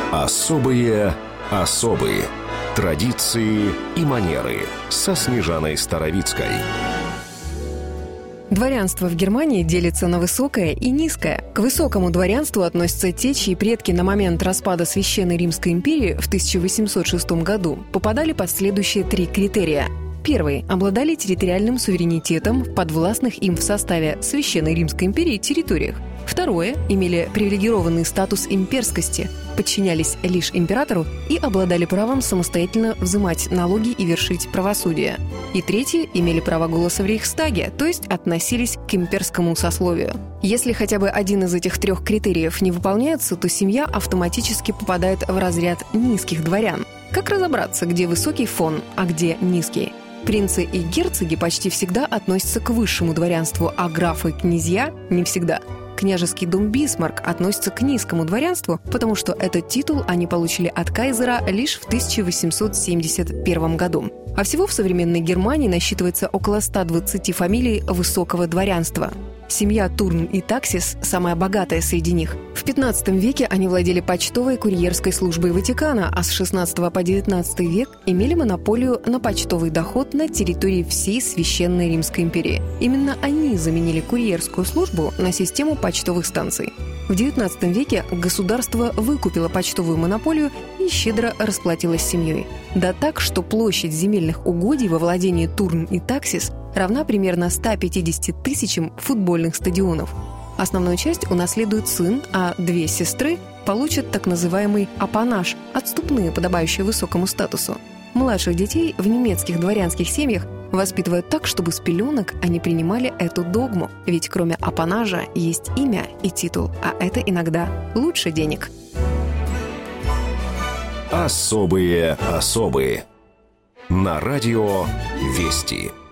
Особые особы. Традиции и манеры со Снежаной Старовицкой. Дворянство в Германии делится на высокое и низкое. К высокому дворянству относятся те, чьи предки на момент распада Священной Римской империи в 1806 году попадали под следующие 3 критерия. Первый – обладали территориальным суверенитетом в подвластных им в составе Священной Римской империи территориях. Второе – имели привилегированный статус имперскости, подчинялись лишь императору и обладали правом самостоятельно взимать налоги и вершить правосудие. И третье – имели право голоса в Рейхстаге, то есть относились к имперскому сословию. Если хотя бы один из этих 3 критериев не выполняется, то семья автоматически попадает в разряд низких дворян. Как разобраться, где высокий фон, а где низкий? Принцы и герцоги почти всегда относятся к высшему дворянству, а графы и князья – не всегда. Княжеский дом Бисмарк относится к низкому дворянству, потому что этот титул они получили от кайзера лишь в 1871 году. А всего в современной Германии насчитывается около 120 фамилий высокого дворянства. Семья Турн и Таксис – самая богатая среди них. В 15 веке они владели почтовой и курьерской службой Ватикана, а с 16 по 19 век имели монополию на почтовый доход на территории всей Священной Римской империи. Именно они заменили курьерскую службу на систему почтовых станций. В XIX веке государство выкупило почтовую монополию и щедро расплатилось с семьей. Да так, что площадь земельных угодий во владении Турн и Таксис равна примерно 150 тысячам футбольных стадионов. Основную часть унаследует сын, а 2 сестры получат так называемый апанаж – отступные, подобающие высокому статусу. Младших детей в немецких дворянских семьях воспитывают так, чтобы с пеленок они принимали эту догму. Ведь кроме апанажа есть имя и титул, а это иногда лучше денег. Особые особы. На радио Вести.